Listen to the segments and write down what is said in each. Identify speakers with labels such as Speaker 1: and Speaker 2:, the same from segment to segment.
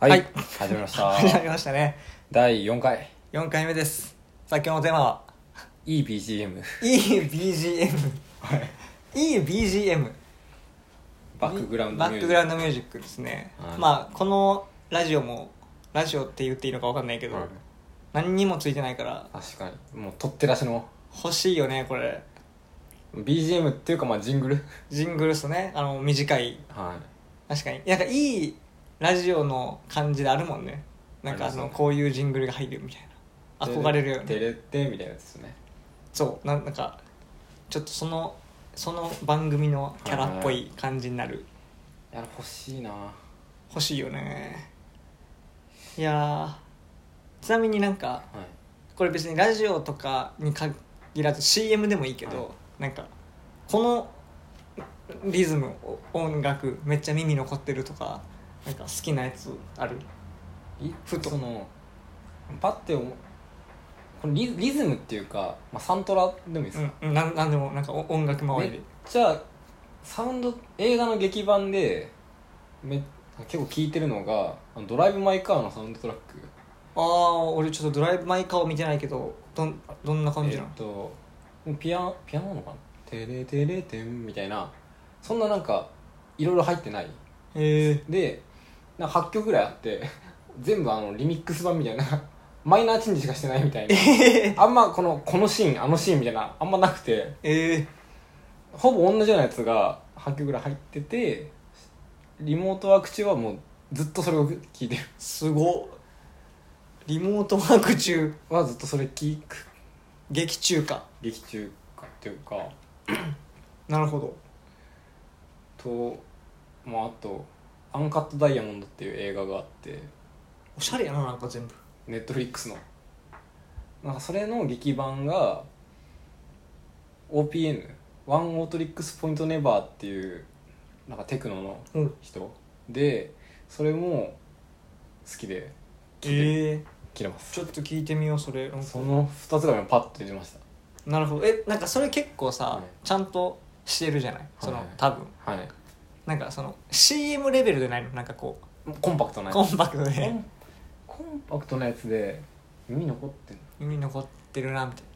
Speaker 1: はい、
Speaker 2: はい
Speaker 1: 始まりました
Speaker 2: 始まりましたね。
Speaker 1: 第4回
Speaker 2: 4回目です。さあ今日のテーマはい
Speaker 1: い BGM
Speaker 2: いい BGM いい BGM
Speaker 1: バックグラウンド
Speaker 2: バックグラウンド
Speaker 1: ミ
Speaker 2: ミュージックですね、
Speaker 1: はい
Speaker 2: まあこのラジオもラジオって言っていいのか分かんないけど、
Speaker 1: はい
Speaker 2: 何にもついてないから
Speaker 1: 確かにもう取って出しの
Speaker 2: 欲しいよねこれ。
Speaker 1: BGM っていうかまあジングル
Speaker 2: ジングルっすね。短い。
Speaker 1: は
Speaker 2: 確かになんかいいラジオの感じであるもんね。なんか
Speaker 1: ありますね
Speaker 2: こういうジングルが入るみたいな憧れるよね。
Speaker 1: テレってみたいなやつですね。
Speaker 2: そうなんかちょっとその番組のキャラっぽい感じになる。
Speaker 1: いや欲しいな。
Speaker 2: 欲しいよね。いやちなみになんか
Speaker 1: はい
Speaker 2: これ別にラジオとかに限らず CM でもいいけど、
Speaker 1: はい
Speaker 2: なんかこのリズム音楽めっちゃ耳残ってるとかなんか好きなやつある？ふと
Speaker 1: そのパッてこのリズムっていうか、まあ、サントラでもいいですか、
Speaker 2: なんでもなんか音楽周りで。
Speaker 1: めっちゃサウンド映画の劇版で結構聴いてるのがドライブ・マイ・カーのサウンドトラック。
Speaker 2: ああ俺ちょっとドライブ・マイ・カーを見てないけどどんな感じなの？
Speaker 1: ピアノなのかな、テレテレテンみたいな、そんななんかいろいろ入ってない
Speaker 2: へえ。
Speaker 1: で、なんか8曲ぐらいあって全部リミックス版みたいなマイナーチェンジしかしてないみたいな、あんまこのシーンあのシーンみたいなあんまなくて、ほぼ同じようなやつが8曲ぐらい入ってて、リモートワーク中はもうずっとそれを聴いてる。
Speaker 2: すごっ。リモートワーク中
Speaker 1: はずっとそれ聴く。
Speaker 2: 劇中か。
Speaker 1: 劇中かっていうか
Speaker 2: なるほど。
Speaker 1: と、まあ、あとアンカットダイヤモンドっていう映画があって、
Speaker 2: おしゃれやななんか全部。
Speaker 1: ネットフリックスのなんかそれの劇版が OPN ワンオートリックスポイントネバーっていうなんかテクノの人で、それも好きで切れます。
Speaker 2: ちょっと聞いてみようそれ。
Speaker 1: その2つが今パッと出てました。
Speaker 2: なるほど。なんかそれ結構さ、
Speaker 1: はい
Speaker 2: ちゃんとしてるじゃない、その
Speaker 1: はい
Speaker 2: 多分
Speaker 1: はい
Speaker 2: なんかその CM レベルでないの、なんかこ
Speaker 1: コンパクトなやつ
Speaker 2: うコンパクトで
Speaker 1: コンパクトなやつで耳残ってんの。
Speaker 2: 耳残ってるなみたい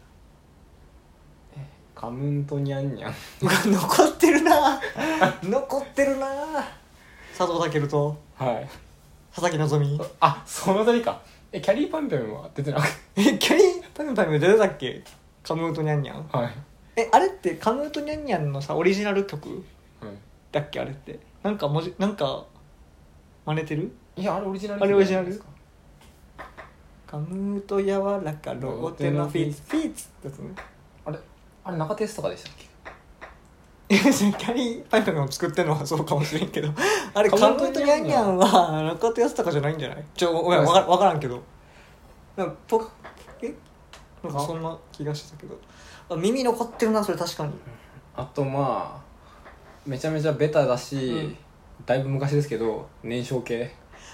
Speaker 1: カムントニャンニャン
Speaker 2: な。うわ残ってるな残ってるな。佐藤健と
Speaker 1: はい
Speaker 2: 佐々木希。
Speaker 1: あ、そのあたりか。キャリーパンピョンは出てなくて
Speaker 2: キャリーパムパム出てたっけ？カムートニャンニャン。
Speaker 1: はい、
Speaker 2: あれってカムートニャンニャンのさオリジナル曲
Speaker 1: はい
Speaker 2: だっけ？あれってなんかなんか真似てる？
Speaker 1: いや、あれオリジナル。
Speaker 2: あれオリジナル
Speaker 1: ですか。
Speaker 2: カムーと柔らかローテのフィーツだとね。
Speaker 1: あれ中テスとかでしたっけ。
Speaker 2: キャリーパイプを作ってるのはそうかもしれんけどあれカムーと
Speaker 1: カムーと
Speaker 2: ニャンニャンは中手やつとかじゃないんじゃない？ごめんわからんけどなんかなんかそんな気がしてたけど、耳残ってるなそれ確かに。
Speaker 1: あとまあめちゃめちゃベタだし、だいぶ昔ですけど燃焼系、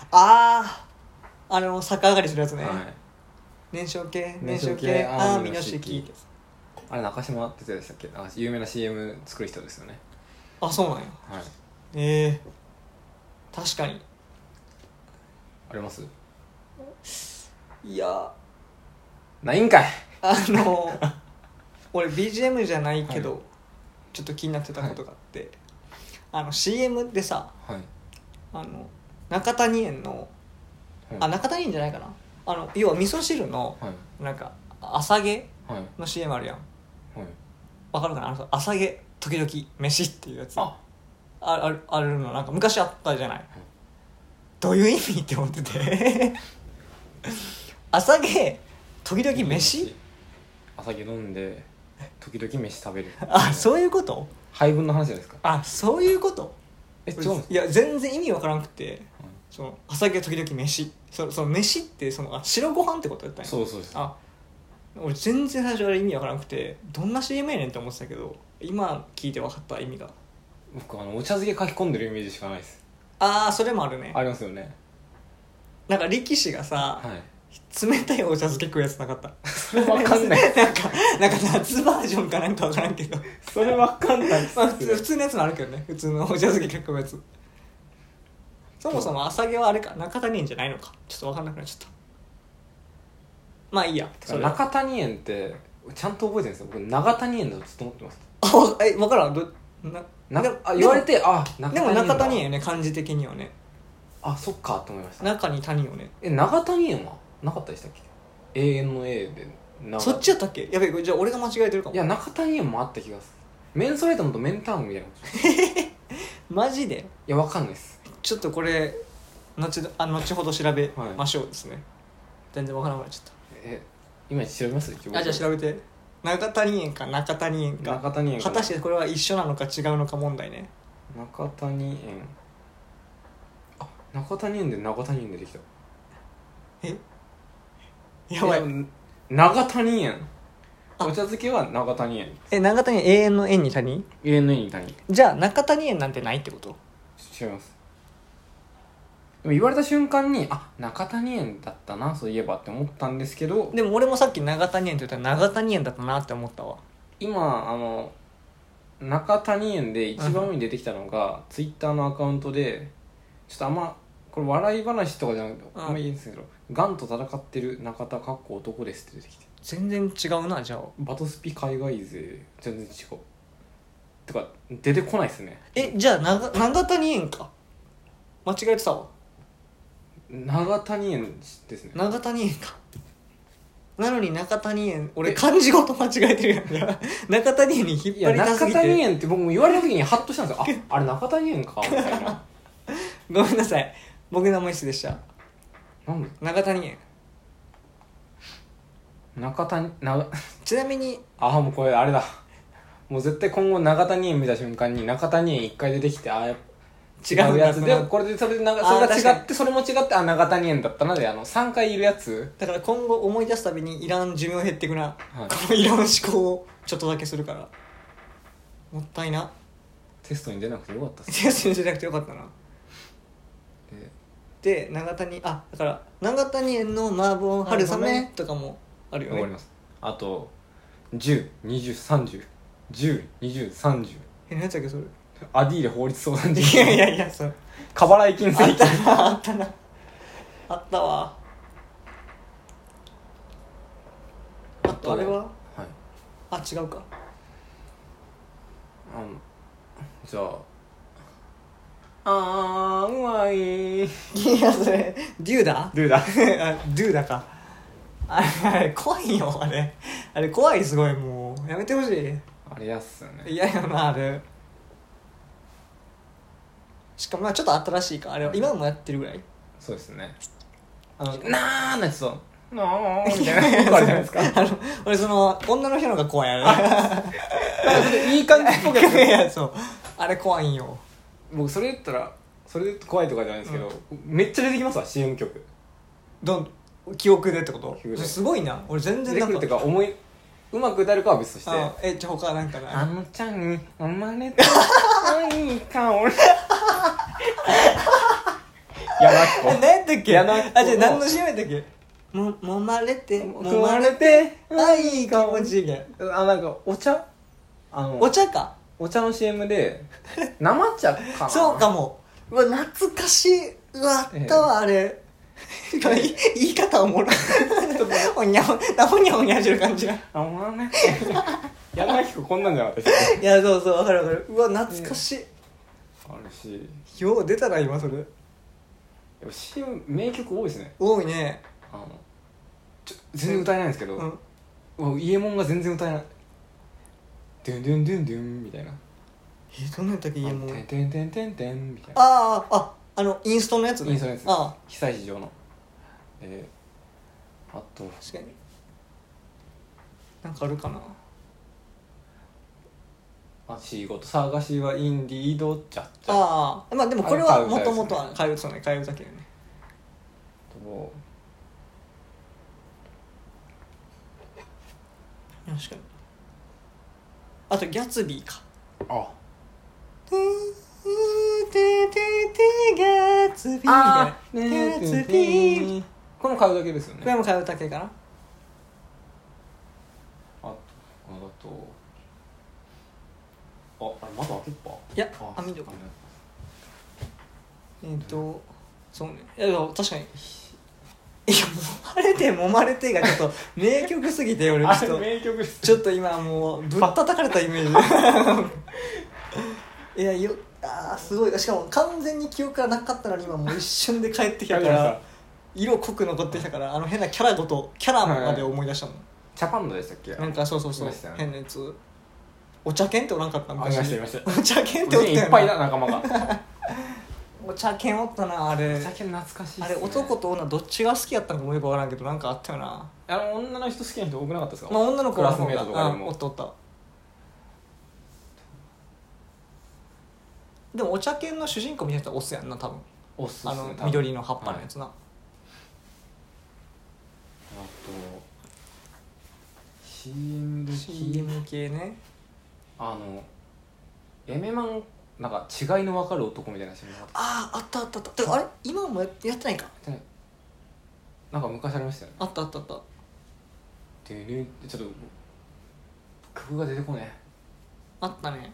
Speaker 2: 逆上がりするやつね、
Speaker 1: はい、
Speaker 2: 燃焼系
Speaker 1: アーミ
Speaker 2: の
Speaker 1: の式
Speaker 2: 式。
Speaker 1: あれ中島哲也でしたっけ。有名な CM 作る人ですよね。
Speaker 2: あ、そうなんや。
Speaker 1: はい
Speaker 2: 確かに。
Speaker 1: あります。
Speaker 2: いや
Speaker 1: ないんかい。
Speaker 2: 俺 BGM じゃないけど、
Speaker 1: はい
Speaker 2: ちょっと気になってたことがあって、CM でさ
Speaker 1: はい
Speaker 2: 中谷園の、
Speaker 1: はい
Speaker 2: 中谷園じゃないかな、要は味噌汁の
Speaker 1: はい
Speaker 2: なんか朝毛
Speaker 1: はい
Speaker 2: の CM あるやん。
Speaker 1: はい
Speaker 2: わかるかな？朝毛時々飯っていうやつ
Speaker 1: あ
Speaker 2: あるのなんか昔あったじゃない、どういう意味って思ってて朝毛時々飯
Speaker 1: 朝毛飲んで時々飯食べる
Speaker 2: そういうこと？
Speaker 1: 配分の話じゃないですか。
Speaker 2: そういうこと？
Speaker 1: 違うんですか。
Speaker 2: いや全然意味わからなくて、その朝毛時々飯、その飯って白ご飯ってことだったんや。
Speaker 1: そうです。
Speaker 2: 俺全然最初から意味わからなくてどんな CM やねんって思ってたけど今聞いて分かった意味が。
Speaker 1: 僕お茶漬け書き込んでるイメージしかないです。
Speaker 2: それもあるね。
Speaker 1: ありますよね。
Speaker 2: なんか力士がさ、冷たいお茶漬け食うやつなかった？
Speaker 1: それ分かんない
Speaker 2: なんか夏バージョンかなんか分からんけど
Speaker 1: それ分かんないっす
Speaker 2: 普通のやつもあるけどね、普通のお茶漬け食うやつ。 そもそも朝毛はあれか中谷園じゃないのかちょっと分かんなくなっちゃった。まあいいや。
Speaker 1: それ中谷園ってちゃんと覚えてるんですよ。僕長谷園だとずっと思ってます。
Speaker 2: 分からん
Speaker 1: 言われて
Speaker 2: でも中谷園よね漢字的にはね。
Speaker 1: そっかと思いました。
Speaker 2: 中に谷よね。
Speaker 1: 長谷園はなかったでしたっけ？永遠の A で
Speaker 2: そっちやったっけ？やべえじゃあ俺が間違えてるかも。
Speaker 1: いや中谷園もあった気がする。メンソレートムとメンタームみたいな
Speaker 2: マジで？
Speaker 1: いやわかんないです。
Speaker 2: ちょっとこれ後ほど調べましょうですね、はい、全然わからなくなっちゃった。
Speaker 1: 今調べます？
Speaker 2: じゃあ調べて。中谷園か中谷園か
Speaker 1: 中谷園か。
Speaker 2: 果たしてこれは一緒なのか違うのか問題ね。
Speaker 1: 中谷園中谷園で長谷園出てきた。やばい。長谷園お茶漬けは長谷園。
Speaker 2: 長谷園永遠の園に谷？
Speaker 1: 永遠の園に谷。
Speaker 2: じゃあ中谷園なんてないってこと？
Speaker 1: 違います。でも言われた瞬間に中谷園だったなそういえばって思ったんですけど、
Speaker 2: でも俺もさっき長谷園って言ったら長谷園だったなって思ったわ。
Speaker 1: 今中谷園で一番上に出てきたのが、ツイッターのアカウントでちょっとこれ笑い話とかじゃなくてあんまいいんですけど、ガンと戦ってる中田かっこ男ですって出てきて、
Speaker 2: 全然違うな。じゃあ
Speaker 1: バトスピ海外勢全然違うてか出てこないですね。
Speaker 2: じゃあ長谷園か。間違えてたわ。
Speaker 1: 長谷園ですね。
Speaker 2: 長谷園か。なのに中谷園俺漢字ごと間違えてるやん中谷園に引っ張り出すぎて。いや
Speaker 1: 中谷園って僕も言われた時にハッとしたんですよ。あれ中谷園かみたいな
Speaker 2: ごめんなさい僕のミスでした。
Speaker 1: なんで
Speaker 2: 中谷園ちなみに
Speaker 1: もうこれあれだ。もう絶対今後長谷園見た瞬間に中谷園一回出てきて違うやつでこれでそれが違ってそれも違って長谷園だったので3回いるやつ
Speaker 2: だから今後思い出すたびにいらん寿命減ってくな、
Speaker 1: はい、
Speaker 2: このいらん思考をちょっとだけするからもったいな。
Speaker 1: テストに出なくてよかったっす。
Speaker 2: テストに出なくてよかったな。で長谷だから長谷園の麻婆春雨とかもあるよね。
Speaker 1: わかります。あと102030102030
Speaker 2: 何やつだっけそれ。
Speaker 1: アディーレ法律相談所。
Speaker 2: いやそれ
Speaker 1: 過払い金請求。
Speaker 2: あったわ。あとあれは、はい、違うか。
Speaker 1: じゃあうまい。い
Speaker 2: やそれデューダ
Speaker 1: ドゥーダ
Speaker 2: ドゥーダか。あれ怖いよ。あれ怖い。すごいもうやめてほしい。
Speaker 1: あれやっすよね。
Speaker 2: 嫌やなあれ。しかもちょっと新しいかあれは。今もやってるぐらい。
Speaker 1: そうですね。なやつとなーみたいなあるじゃないですか。
Speaker 2: 俺その女の人の方が怖い。あれ
Speaker 1: いい感じっぽくやって
Speaker 2: いやそうあれ怖いんよ。
Speaker 1: 僕それ言ったらそれで怖いとかじゃないですけど、めっちゃ出てきますわ CM 曲。
Speaker 2: 記憶でってこと？すごいな。俺全然
Speaker 1: 出てくるってかうまく歌えるかは別として。
Speaker 2: じゃあ他なんかな。
Speaker 1: あのちゃんに生まれたいい香り柳子。
Speaker 2: 何やったっけ。じゃあ何の CM やったっけ。もまれて愛い気持ちいいみたいな。
Speaker 1: なんかお茶
Speaker 2: お茶か。
Speaker 1: お茶の CM で生茶かな。
Speaker 2: そうかも。うわ懐かしい。うわあったわあれ言い方おもろいほにゃほにゃしてる感じが
Speaker 1: 柳子こんなんじゃなかったっ
Speaker 2: け。いやそう分かる。うわ懐かしい。
Speaker 1: あるし
Speaker 2: よう出たな今それ。
Speaker 1: CM 名曲多いですね。
Speaker 2: 多いね。
Speaker 1: 全然歌えないんですけど、イエモンが全然歌えない。ドゥンドゥンドゥンドゥンみたいな。
Speaker 2: どんなやったっけ。イエモン
Speaker 1: テンテンテンテンテンみたいな。
Speaker 2: インストのやつね。
Speaker 1: インストのやつ。被災地上のあと
Speaker 2: 確かになんかあるかな。
Speaker 1: 仕事探しはインディードちゃっちゃ。
Speaker 2: まあでもこれはもともとは替え歌ね。替え歌系よね。確かに。あとギャツビーか。ギャツビーみたいな。ギャツビー。
Speaker 1: これも買うだけですよね。
Speaker 2: これも買うだけかな。
Speaker 1: あれまだ開けっぱ。
Speaker 2: いや網戸か。 そうね。いやでも確かにいや揉まれてがちょっと名曲すぎて俺
Speaker 1: あれ名曲です
Speaker 2: ちょっと今もうぶったたかれたイメージいやすごい。しかも完全に記憶がなかったのに今もう一瞬で帰ってきたから色濃く残ってきたから、変なキャラまで思い出したもん、
Speaker 1: チャパンドでしたっけ。
Speaker 2: なんかそう、ね、変なやつ。お茶犬っておらんかった昔。
Speaker 1: いました
Speaker 2: お茶犬っておったよな。
Speaker 1: いっぱいだ仲間が
Speaker 2: お茶犬おったなあれ。
Speaker 1: お茶犬懐かしいっすね。
Speaker 2: あれ男と女どっちが好きやったのかもよくわからんけどなんかあったよな。
Speaker 1: 女の人好きな人多くなかったですか。
Speaker 2: 女の子
Speaker 1: クラスメートとかでも
Speaker 2: おったでもお茶犬の主人公みたいな人はオスやんな多分。
Speaker 1: オスっすね。
Speaker 2: 緑の葉っぱのやつな、
Speaker 1: あと CM
Speaker 2: 系ね。
Speaker 1: エメマンなんか違いの分かる男みたいな CM が
Speaker 2: あったでもあれ今もやってないか。
Speaker 1: なんか昔ありましたよね。
Speaker 2: あった
Speaker 1: でちょっと曲が出てこね
Speaker 2: あったね。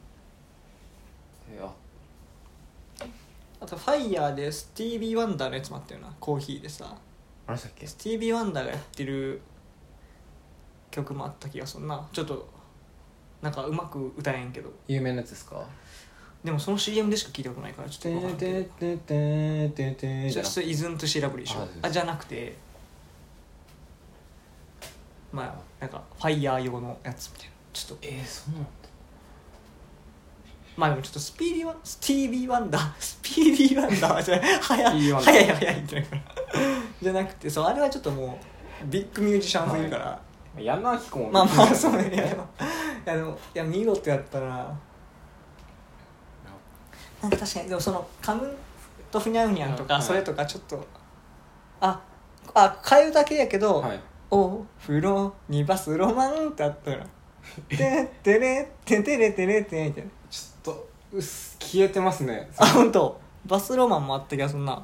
Speaker 1: え。
Speaker 2: あとファイヤーでスティービー・ワンダーのやつもあったよな。コーヒーでさ
Speaker 1: あれでしたっけ。
Speaker 2: スティービー・ワンダーがやってる曲もあった気がするな。ちょっとなんかうまく歌えんけど
Speaker 1: 有名なやつですか。
Speaker 2: でもその CM でしか聞いたことないからちょっと分からんけど。じゃあそれイズントシーラブリーでしょ。じゃなくてまあなんかファイヤー用のやつみたいな。ちょっと
Speaker 1: そうなんだ。
Speaker 2: まあでもちょっとスティービー・ワンダーじゃない早いってなるからじゃなくてそうあれはちょっともうビッグミュージシャンすぎるから、
Speaker 1: 矢野顕子も
Speaker 2: まあそうね。いや見事やったな。なんか確かにでもそのカムとフニャウニャンとかそれとかちょっと変えるだけやけど、はい、お風呂にバスロマンってあったらてってれててれてれてみたいな。
Speaker 1: ちょっと消えてますね。
Speaker 2: 本当バスロマンもあった気がするな。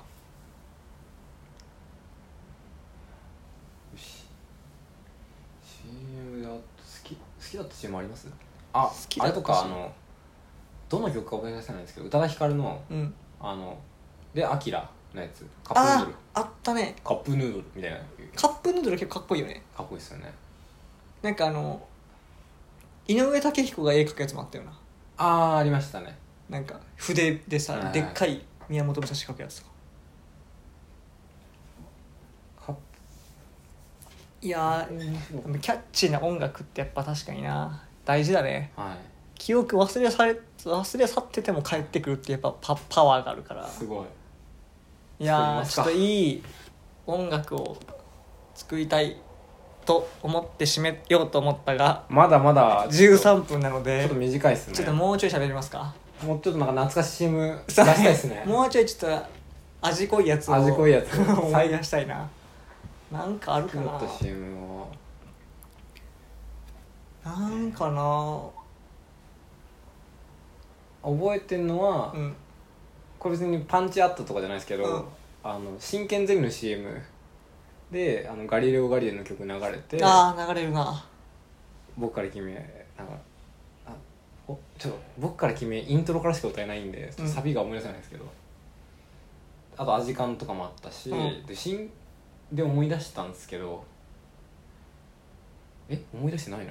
Speaker 1: CM で好きだった CM あります？あれとかどの曲か覚え出せないんですけど宇多田ヒカルの、でアキラのやつカップヌードル
Speaker 2: あったね。
Speaker 1: カップヌードルみたいな。
Speaker 2: カップヌードル結構かっこいいよね。
Speaker 1: かっこいいですよね。
Speaker 2: なんか井上武彦が絵描くやつもあったよな。
Speaker 1: ありましたね。
Speaker 2: なんか筆でさ、でっかい宮本武蔵描くやつとか。いやーキャッチーな音楽ってやっぱ確かにな大事だね、はい、記憶忘れ去ってても帰ってくるってやっぱパワーがあるから。
Speaker 1: すごい。
Speaker 2: いやーちょっといい音楽を作りたいと思って締めようと思ったが
Speaker 1: まだまだ
Speaker 2: 13分なので
Speaker 1: ちょっと短いですね。
Speaker 2: ちょっともうちょい喋りますか。
Speaker 1: もうちょっとなんか懐かしい CM 出したいですね
Speaker 2: もうちょいちょっと味濃いやつを思い出したいな。なんかあるかな。
Speaker 1: CM を
Speaker 2: なんかな
Speaker 1: 覚えてんのは、これ別にパンチあったとかじゃないですけど、真剣ゼミの CM でガリレオ・ガリレイの曲流れて
Speaker 2: 流れるな。
Speaker 1: 僕から君へなんかちょっと僕から君へイントロからしか歌えないんでサビが思い出せないんですけど、あとアジカンとかもあったし、で思い出したんですけど思い出してないな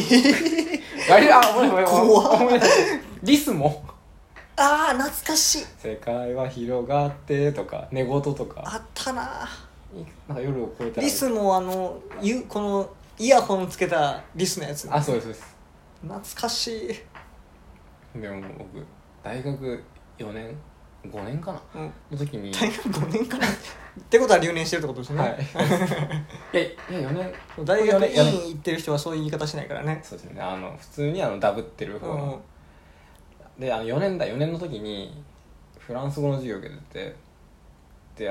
Speaker 1: 思い出したリスも
Speaker 2: 懐かしい。
Speaker 1: 世界は広がってとか寝言とか
Speaker 2: あったな。
Speaker 1: なんか夜を越えたら
Speaker 2: リスもこのイヤホンつけたリスのやつ、
Speaker 1: そうです
Speaker 2: 懐かしい。
Speaker 1: でも僕大学4年5年かな、の時に
Speaker 2: 大学5年かなってことは留年してるってことですね。
Speaker 1: はいいや4年
Speaker 2: 大学院行ってる人はそういう言い方しないからね。
Speaker 1: そうですね。普通にダブってる方の、で4年の時にフランス語の授業を受けてて、で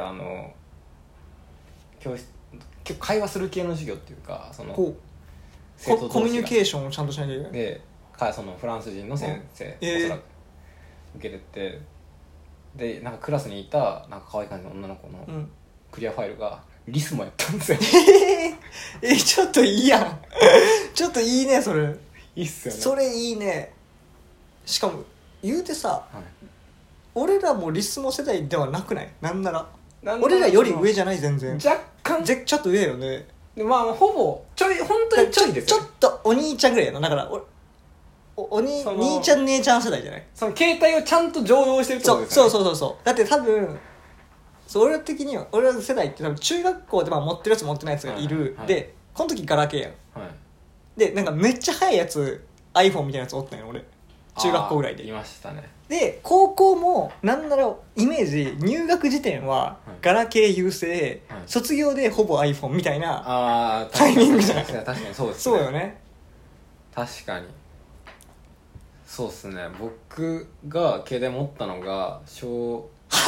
Speaker 1: 教室結構会話する系の授業っていうか生徒同士が
Speaker 2: コミュニケーションをちゃんとしなきゃいけない
Speaker 1: でそのフランス人の先生、おそらく受けてて、でなんかクラスにいたなんか可愛い感じの女の子のクリアファイルがリスもやったんですよ
Speaker 2: ちょっといいやんちょっといいねそれ。
Speaker 1: いいっすよね
Speaker 2: それいいね。しかも言うてさ、 俺らもリスモ世代ではなくない？なんなら俺らより上じゃない？全然
Speaker 1: 若干
Speaker 2: ちょっと上よね。
Speaker 1: でまあほぼちょい、本当にちょいですよ、
Speaker 2: ちょっとお兄ちゃんぐらいやな。だから兄ちゃん姉ちゃん世代じゃない？
Speaker 1: その携帯をちゃんと常用してるってことですよね。
Speaker 2: そうだって多分俺ら的には俺ら世代って多分中学校でまあ持ってるやつ持ってないやつがいる、
Speaker 1: はいはいはい、
Speaker 2: でこの時ガラケーやん、
Speaker 1: はい、
Speaker 2: でなんかめっちゃ速いやつ iPhone みたいなやつおったんよ俺中学校ぐらいで。
Speaker 1: いましたね。
Speaker 2: で高校もなんならイメージ入学時点はガラケー優勢、はい、卒業でほぼ iPhone みたいなタイミングじゃない？
Speaker 1: 確かにそうですね。
Speaker 2: そうよね。確
Speaker 1: かにそうっすね。僕が携帯持ったのがその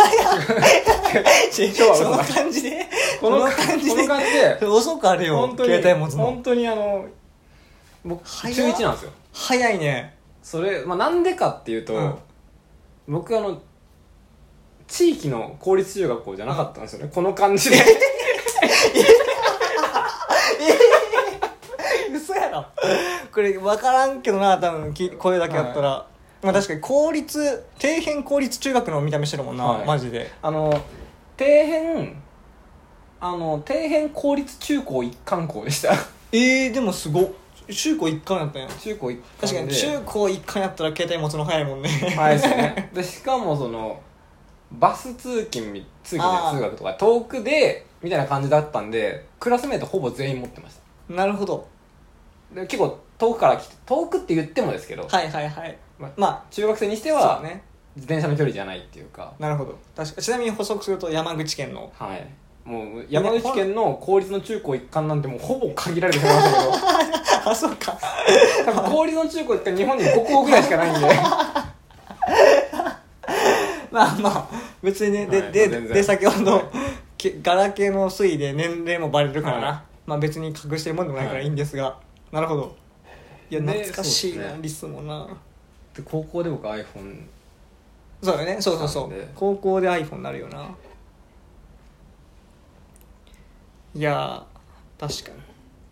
Speaker 2: 感じで
Speaker 1: この感じで
Speaker 2: 遅くあるよ携帯持つの。
Speaker 1: 本当に僕中1なんですよ。
Speaker 2: 早いね。
Speaker 1: それ、まあ、なんでかっていうと、僕地域の公立中学校じゃなかったんですよね、この感じで
Speaker 2: 嘘やろこれ分からんけどな、多分声だけやったら、はい、まあ、確かに底辺公立中学の見た目してるもんな、はい、マジで
Speaker 1: 底辺公立中高一貫校でした
Speaker 2: でもすごっ。中高一貫やったんや。
Speaker 1: 中高一貫で。
Speaker 2: 確かに中高一貫やったら携帯持つの早いもんね。
Speaker 1: 早いですよね。でしかもバス通勤通学とか遠くでみたいな感じだったんで、クラスメートほぼ全員持ってました。
Speaker 2: なるほど。
Speaker 1: で結構遠くから来て、遠くって言ってもですけど、
Speaker 2: はいはいはい、
Speaker 1: まあ中学生にしては、
Speaker 2: ね、
Speaker 1: 自転車の距離じゃないっていうか。
Speaker 2: なるほど。確かちなみに補足すると山口県の、
Speaker 1: はい、もう山口県の公立の中高一貫なんてもうほぼ限られてしまいましたけど
Speaker 2: あ、そうか。
Speaker 1: 多分公立の中高って日本に5校ぐらいしかないんで
Speaker 2: まあまあ別にね、はい、で先ほどガラケーの推移で年齢もバレるからな、はい、まあ別に隠してるもんでもないからいいんですが、はい、なるほど。いや懐かしいな、ね、リスもな。
Speaker 1: で高校で僕 iPhone。
Speaker 2: そうだね、そう高校で iPhone になるよな。いや確かに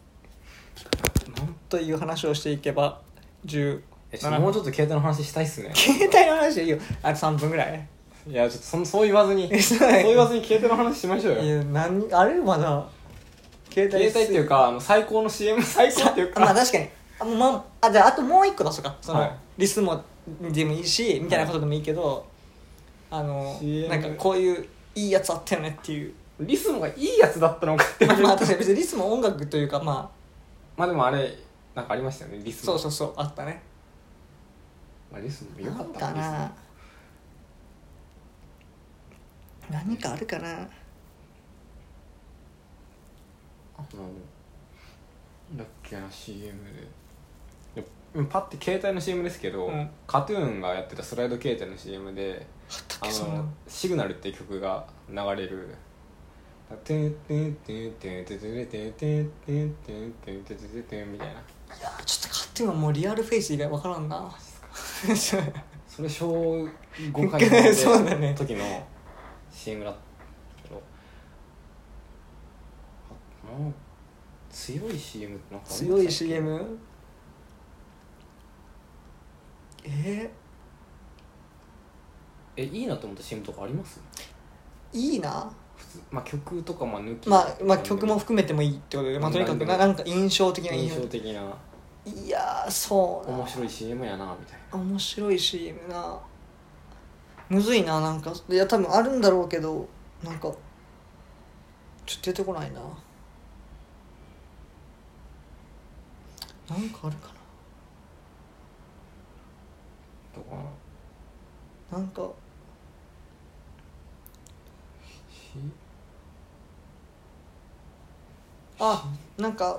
Speaker 2: という話をしていけば17分。
Speaker 1: もうちょっと携帯の話したいっすね。
Speaker 2: 携帯の話でいいよ、あと3分ぐらい。
Speaker 1: いやちょっとそう言わずにそう言わずに携帯の話しましょうよ。
Speaker 2: いやあれまだ
Speaker 1: 携帯っていうか最高の CM 最高っていうか
Speaker 2: まあ確かにじゃああともう一個出そうか、はい、リスもでもいいしみたいなことでもいいけど、はい、なんかこういういいやつあったよねっていう。
Speaker 1: リスモがいいやつだったのかって
Speaker 2: まあ確かに別にリスモ音楽というかま
Speaker 1: あでもあれなんかありましたよね、リスモ。
Speaker 2: そうあったね、
Speaker 1: まあ、リスモよかった
Speaker 2: かな。何かあるかな。
Speaker 1: なんだっけな CM でパッて携帯の CM ですけど、カトゥーンがやってたスライド携帯の CM でシグナルっていう曲が流れる。テンテンテンテンテンテンテンテンテンテンテンテンテンみたいな。
Speaker 2: いやちょっとカトゥーンはもうリアルフェイス以外分からんな
Speaker 1: それ小5回の時の CM だったけど強い CM ってなんか
Speaker 2: 強い CM？
Speaker 1: いいなと思った CM とかあります？
Speaker 2: いいな、
Speaker 1: まあ、曲とかも抜き、
Speaker 2: まあ曲も含めてもいいってことで、まあ、とにかくなんか印象的な。
Speaker 1: い
Speaker 2: やそう
Speaker 1: 面白い CM やなみたいな。
Speaker 2: 面白い CM な。むずいな、なんかいや多分あるんだろうけどなんかちょっと出てこないな。なんかあるか
Speaker 1: な。とか
Speaker 2: なんかなんか、はい、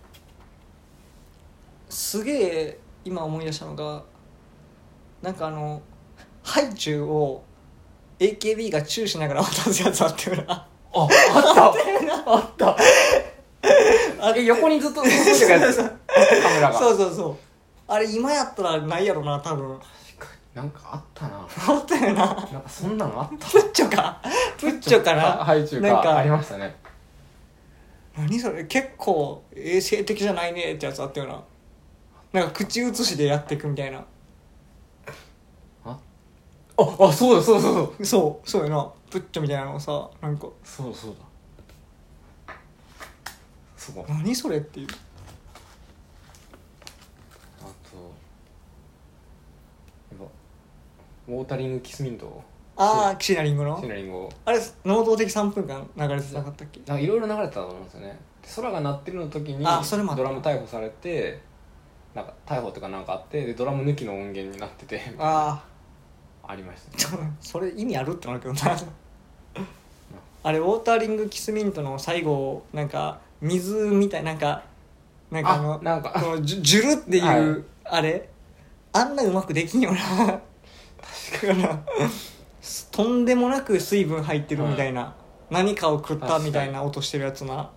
Speaker 2: すげえ今思い出したのがなんかハイチュウを AKB がチューしながら渡すやつあってるな。
Speaker 1: あった横にずっと動いてるやつカメラが。
Speaker 2: そうあれ今やったらないやろな多分。
Speaker 1: なんかあったな。
Speaker 2: あったよな。
Speaker 1: なんかそんなのあった。
Speaker 2: プッチョかな。
Speaker 1: ハイチュウかありましたね。
Speaker 2: 何それ結構衛生的じゃないねってやつあったよな。なんか口移しでやっていくみたいな。
Speaker 1: あそうだそうだそうだ
Speaker 2: そうよな、プッチョみたいなのさ、なんか
Speaker 1: そうだそうか。
Speaker 2: 何それっていう。
Speaker 1: あとやっぱウォータリングキスミント、
Speaker 2: シナリンゴの
Speaker 1: シナリンゴ、
Speaker 2: あれ能動的3分間流れてなかったっけ。
Speaker 1: なんかいろいろ流れてたと思うんですよね。で空が鳴ってるの時に
Speaker 2: それもあった
Speaker 1: ドラム逮捕されて、なんか逮捕とかなんかあって、でドラム抜きの音源になってて
Speaker 2: あ
Speaker 1: りましたね。
Speaker 2: それ意味あるってなるけどなあれウォータリングキスミントの最後なんか水みたいなんかなんかこのジュルっていう、はい、あれあんなうまくできんよな確かにとんでもなく水分入ってるみたいな、はい、何かを食ったみたいな音してるやつな。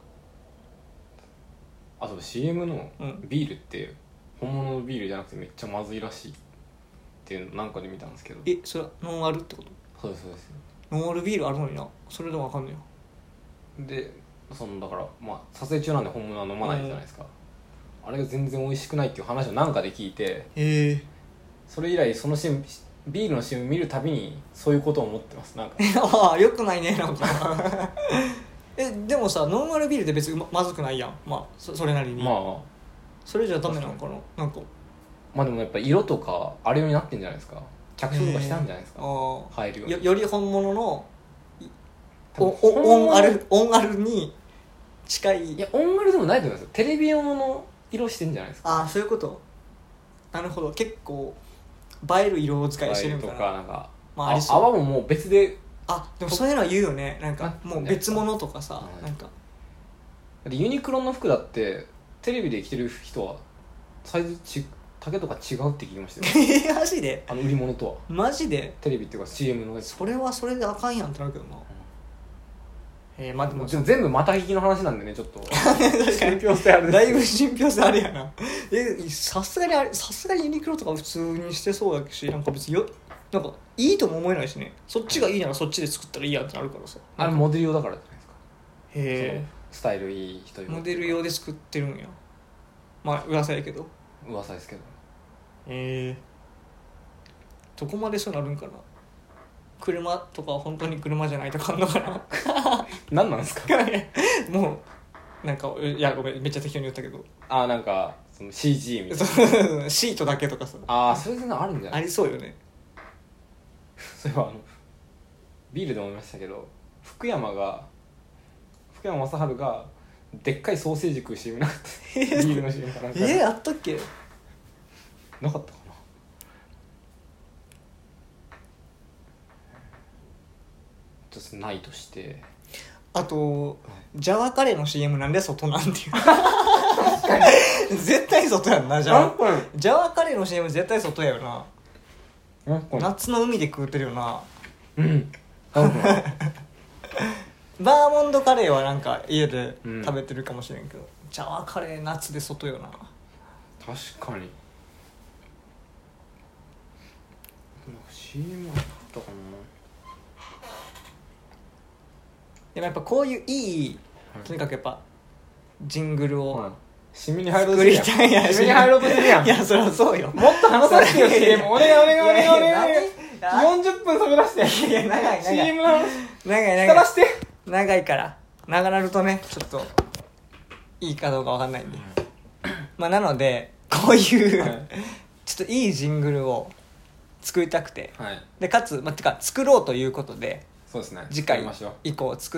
Speaker 1: あと CM のビールって、本物のビールじゃなくてめっちゃまずいらしいっていうのなんかで見たんですけど。
Speaker 2: それはノンアルってこと？
Speaker 1: そうですそうです。
Speaker 2: ノンアルビールあるのにな、それでも分かんないよ。
Speaker 1: でだからまあ撮影中なんで本物は飲まないじゃないですか、あれが全然美味しくないっていう話をなんかで聞いて、それ以来そのシーン、ビールのシーン見るたびにそういうことを思ってます。なんか
Speaker 2: よくないねなんかでもさ、ノンアルビールって別にまずくないやん、まあ それなりに、まあそれじゃダメなのかな。なんか
Speaker 1: まあでもやっぱ色とかあれようになってんじゃないですか、脚色とかしたんじゃないですか、入るように。
Speaker 2: より本物のオンアルに近い。
Speaker 1: いやオンアルでもないと思いますよ。テレビ用の色してんじゃないですか。
Speaker 2: そういうこと。なるほど、結構映える色使いしてるんだな。
Speaker 1: とかなんか、
Speaker 2: まあ、ありそう。
Speaker 1: 泡ももう別で。
Speaker 2: でもそういうのは言うよね、なんかもう別物とかさ、なんか
Speaker 1: ユニクロの服だってテレビで着てる人はサイズ丈とか違うって聞きましたよ
Speaker 2: マジで？
Speaker 1: 売り物とは
Speaker 2: マジで？
Speaker 1: テレビっていうか CM のやつ。
Speaker 2: それはそれであかんやんってなるけどな。まあでも
Speaker 1: 全部また聞きの話なんでね、ちょっと信憑性ある。
Speaker 2: だいぶ信憑性あるやな。さすがにユニクロとか普通にしてそうだし、なんか別になんかいいとも思えないしね。そっちがいいならそっちで作ったらいいやってなるからさ。
Speaker 1: あれモデル用だからじゃないですか。
Speaker 2: へえ。
Speaker 1: スタイルいい人
Speaker 2: モデル用で作ってるんや。まあ噂やけど。
Speaker 1: 噂ですけど。
Speaker 2: どこまでそうなるんかな。車とか本当に車じゃないとかあんのかな
Speaker 1: 何なんですか
Speaker 2: もうなんかごめんめっちゃ適当に言ったけど、
Speaker 1: なんかその CG みたいな
Speaker 2: シートだけとかさ、
Speaker 1: それであるんじゃない？
Speaker 2: ありそうよね。
Speaker 1: それはビールで思いましたけど、福山雅治がでっかいソーセージ食う CM なかったビールの CM かなんか
Speaker 2: あったっけ？
Speaker 1: なかったかな。ないとして、
Speaker 2: あとジャワカレーの CM なんで外なんていう絶対外やんな。ジャワカレーの CM 絶対外やよな。夏の海で食うてるよな。バーモンドカレーはなんか家で食べてるかもしれんけど、ジャワカレー夏で外よな。
Speaker 1: 確かに。CM あったかな。
Speaker 2: でもやっぱこういういい、とにかくやっぱジングルを
Speaker 1: 締めに入ろうと
Speaker 2: するやん。締めに入ろうとするやん。いやそりゃそうよ。
Speaker 1: もっと話させてよ CM。お願い40分喋らせて。
Speaker 2: いや長い
Speaker 1: CM の話
Speaker 2: 長い
Speaker 1: したらして。
Speaker 2: 長いから長なるとねちょっといいかどうかわかんないんでまあなのでこういう、ちょっといいジングルを作りたくて、でかつてか作ろうということで、
Speaker 1: そうですね、
Speaker 2: 次回以降作って、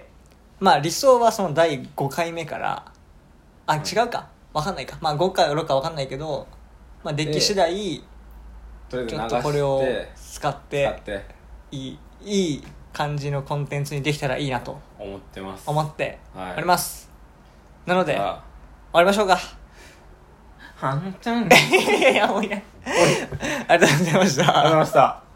Speaker 2: まあ理想はその第5回目から違うか分かんないか、まあ5か6か分かんないけど、まあ、デッキ次第
Speaker 1: ちょ
Speaker 2: っとこれを使っていい感じのコンテンツにできたらいいなと思っております、なので終わりましょうか。
Speaker 1: はんちゃん
Speaker 2: いやもういないありがとうございました。